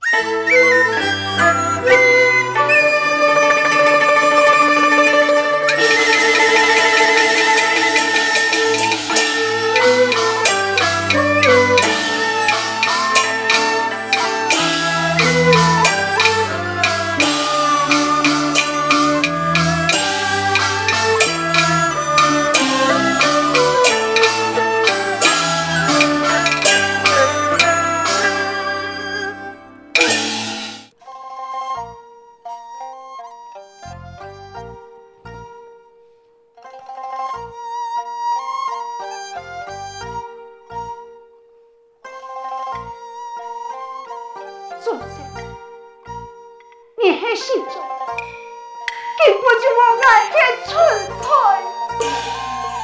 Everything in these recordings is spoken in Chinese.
做啥？你还心中根本就无爱的存在。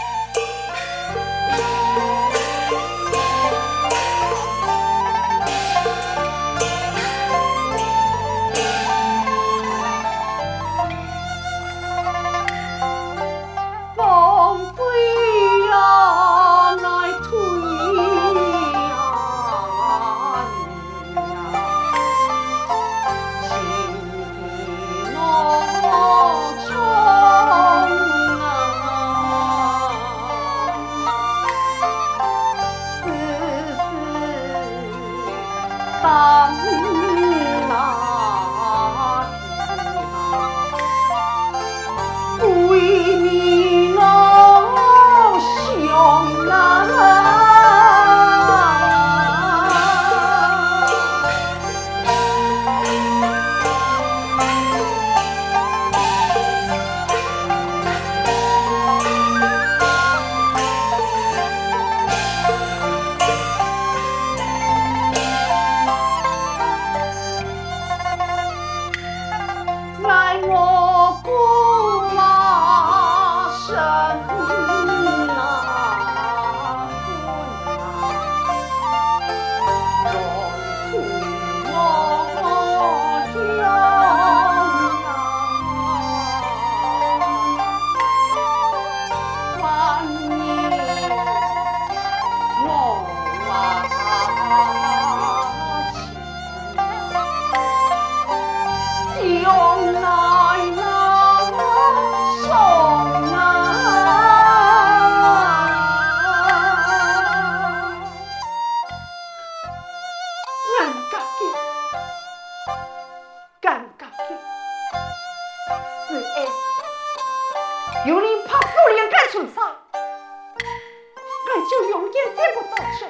有人怕不连干存在，俺就永远见不到神。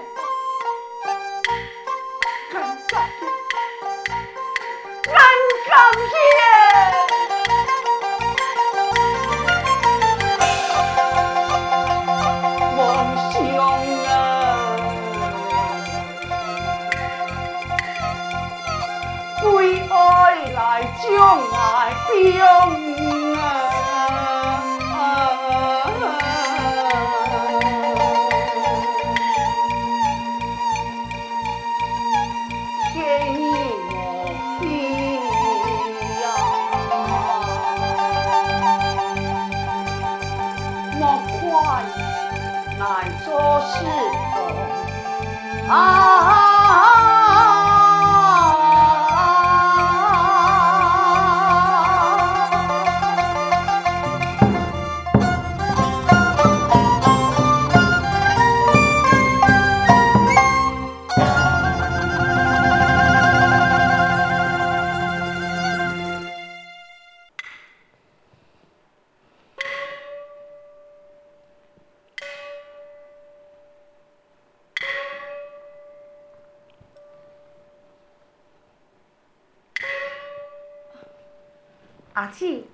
俺感谢。王兄啊，为爱来将爱兵。阿姊，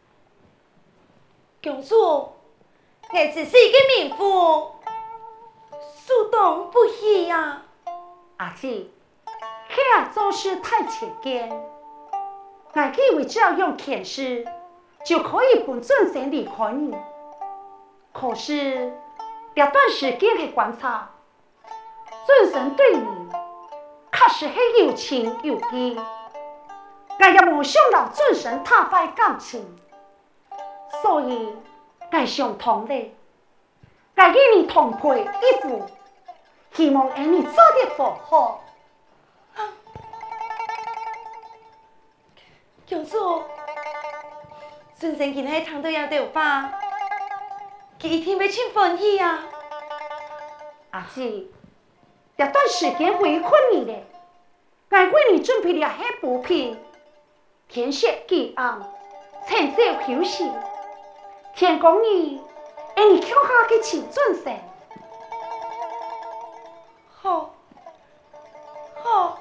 公主，你只是一个民妇，苏动不喜呀。 阿姊，遐做事太前见，我以为只要用钱时就可以本尊神离开你。可是这段时间的观察，尊神对你确实是有情有义。我也无想到尊神他败感情，所以我想通的，我与你同配一夫，希望与你早点复合。 孙生今日听到要头发，佢一定要真欢喜啊！ 阿姊，这段时间围困你嘞，俺为你准备了些补品，天色既暗，趁早休息。天公你，你脚下去请准神。 好，好。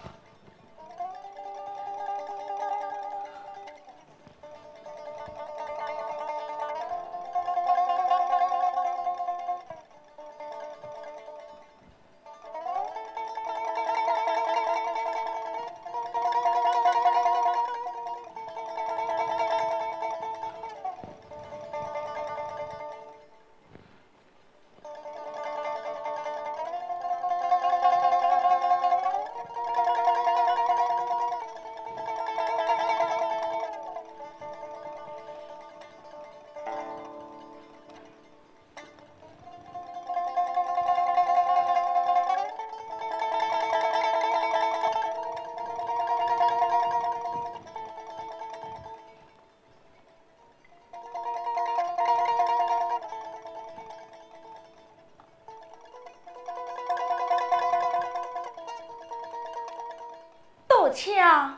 多谢啊！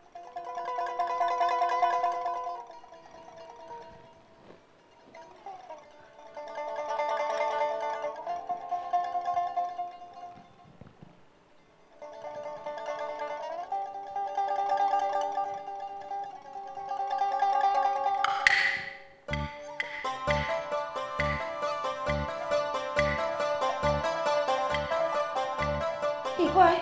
奇怪。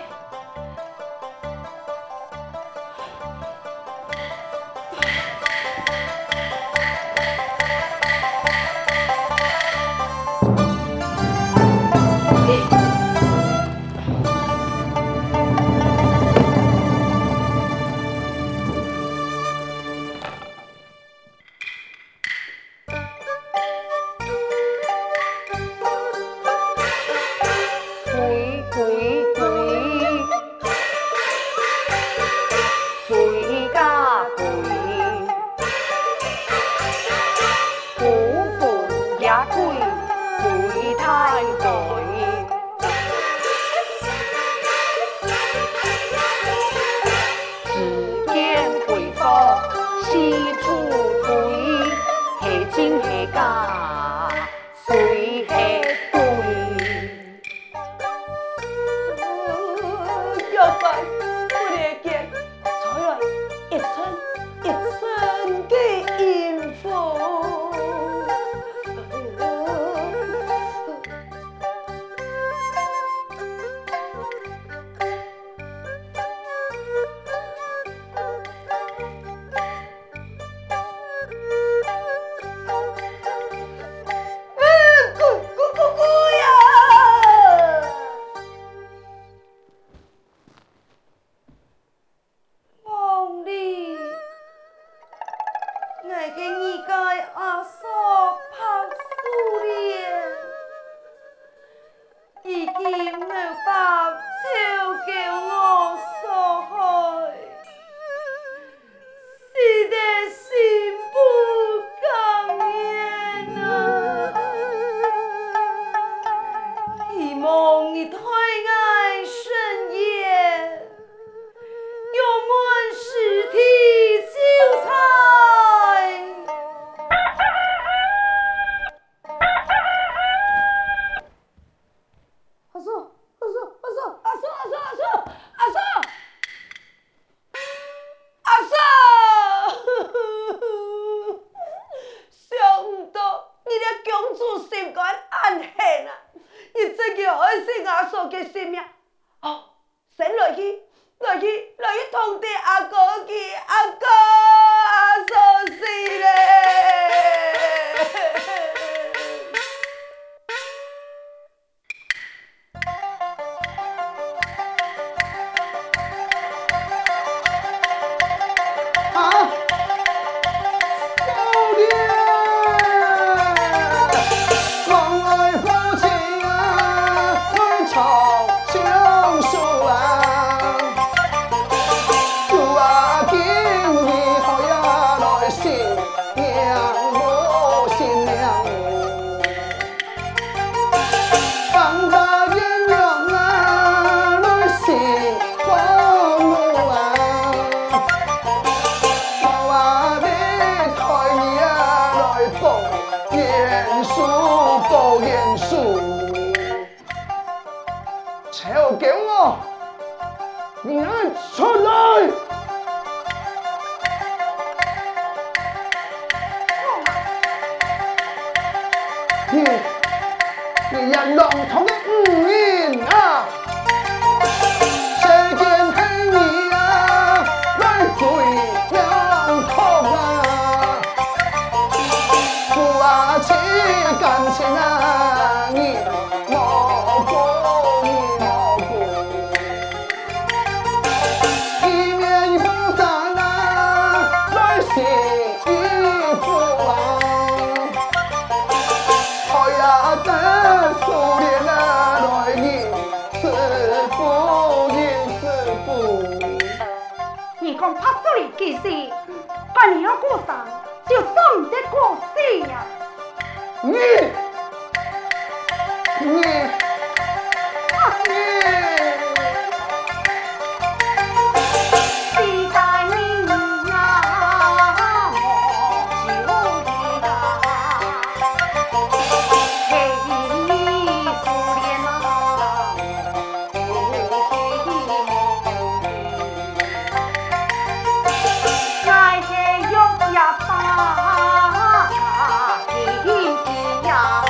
来！你呀，龙头的五音啊！谁见黑你啊，来追娘头啊！夫妻感情啊，你莫过，你莫过。一面一风伞啊，来洗衣服啊！好呀，真苏联啊，来迎师傅，迎师傅。 你讲拍手里其实，把你要过生，就送你的过世呀！ 你。 期待你呀，我就呀，嘿，苏联啊，爱的用呀把天呀。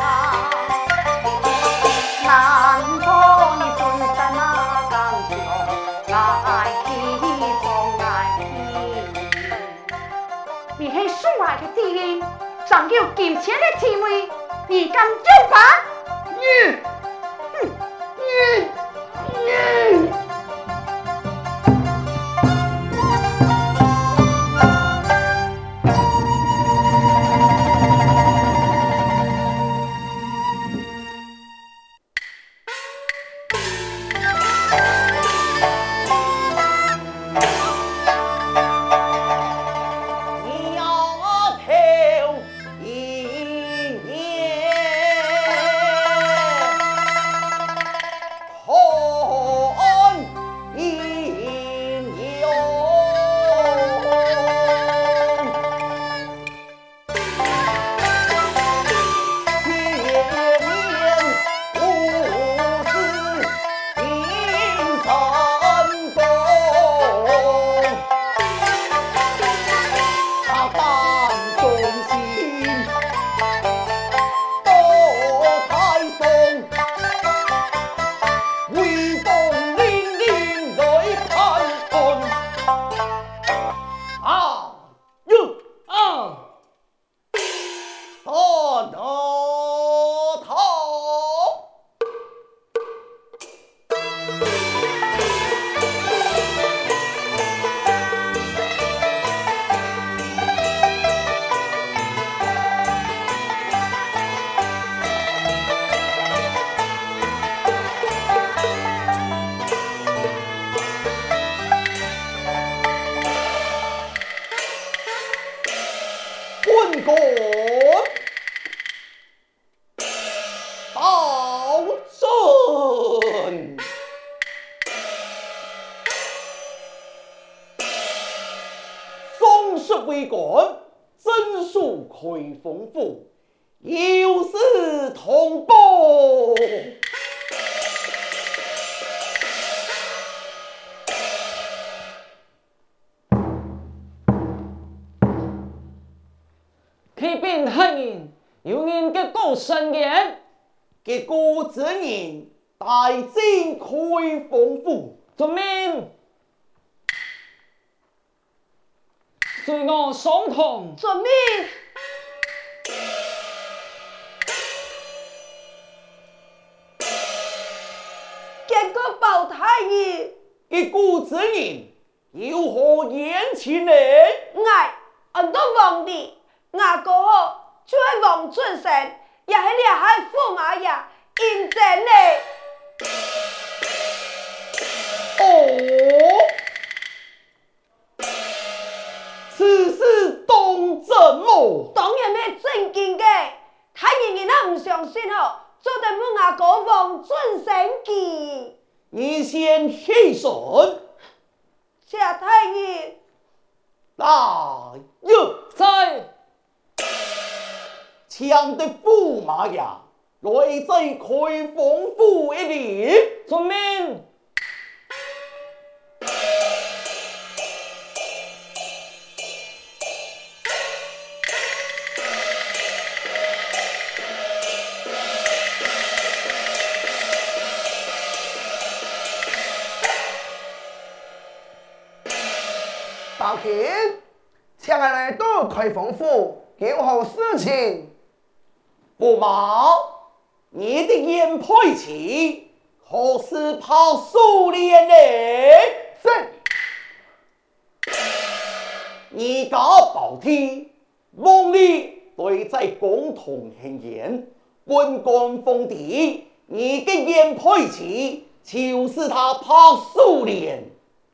南方的春山那刚强，爱起从爱起。你是苏爱的知音，上有金钱的地位，你敢就办？ 滚滚道顺，宋氏为官，真属开封府，有事同报。 启禀太人，有人结果申言， 结果之人大进开封府， 遵命。随我上堂。 遵命。结果报太医， 结果之人有何言情呢？ 俺都皇帝。我过后就系王准神，也系厉害驸马爷认真嘞。 哦，此事当真么？ 当然系正经嘅，太人人都唔相信哦，做得我阿哥王准神记。 你先起身， 谢太医。 来哟， 在。 抢得驸马呀，来在开封府一里， 遵命。 包卿，请来到开封府有何事情？ 驸马，你的眼佩器何时跑苏联呢？ 是。 你家宝体梦里对在共同行言，滚滚封地，你的眼佩器就是他跑苏联。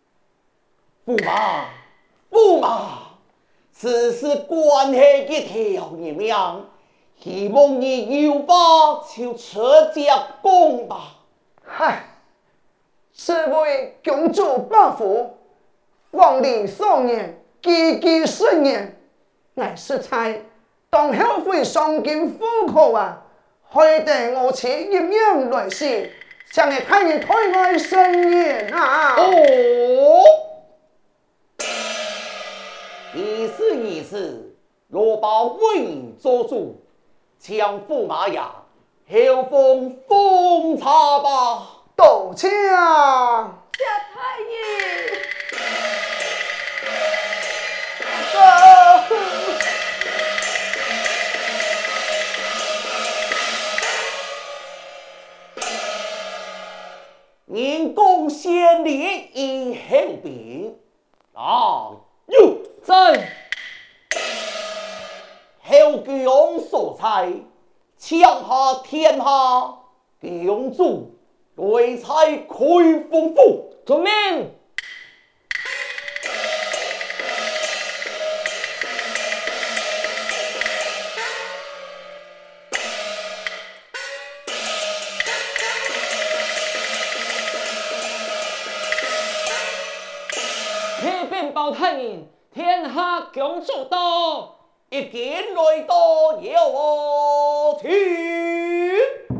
驸马，此事关系一条人命，希望你有法就车驾公吧。 嗨，是为公主报复，皇历少年。积极顺言，乃是在当后悔上京户口啊！害得我妻阴阳来袭，想来看你台外生言啊！ 哦，意思，罗包为你做主，将驸马呀，后封茶吧。 多谢贾太爷。 您贡献礼以后禀啊，哟， 在后宫所采，抢下天下，公主对采开封府。 遵命。启禀包太人，天下公主到， 一见来到有我去。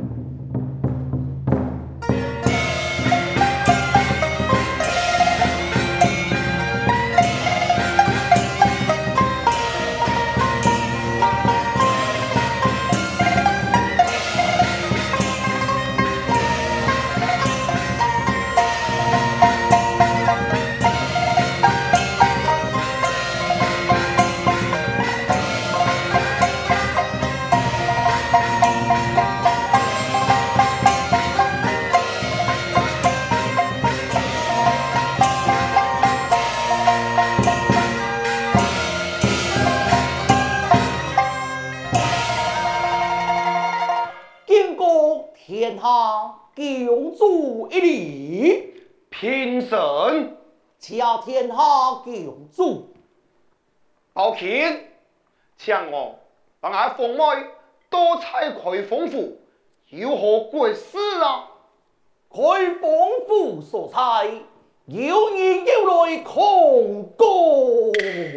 天下公主一礼， 平身， 恰天下公主。 包卿，请我帮俺奉妹多采开封府，有何贵事啊？ 开封府所采，有人要来控告。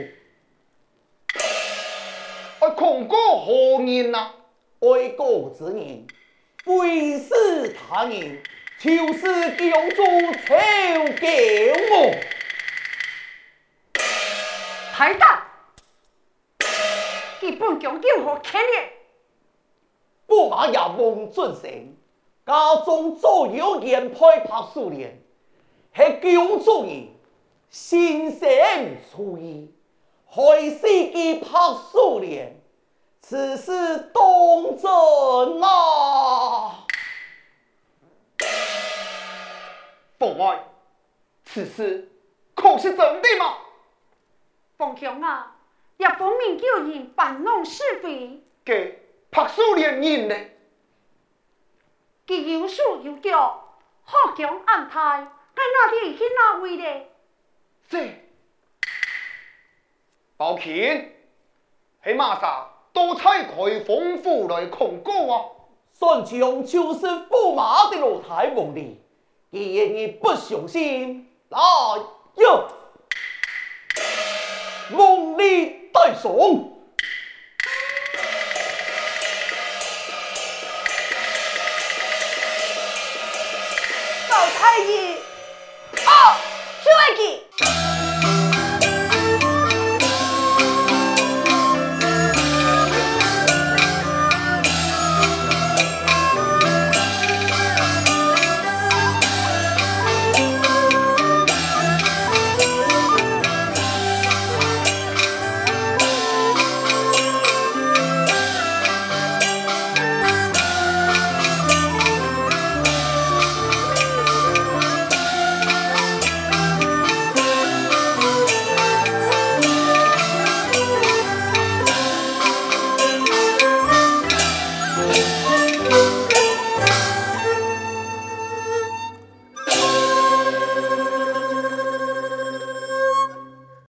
控告何人啊？ 爱国之人。非是他人，就是公主求救我。 太大，基本讲有何可怜？ 驸马也望准成，家中左右言配拍苏联，是公主人心生出意，害死其拍苏联。此事当真啊！ 凤妹，此事可是真的吗？ 凤兄啊，也分明叫人扮弄是非。 给拍苏联人呢？ 其有数有脚，好强安泰，该哪里去哪位呢？ 这包卿，喺马上多采开封府来控告啊！ 算将就是驸马的老太王哩，既然你不相信，来哟，梦里带上。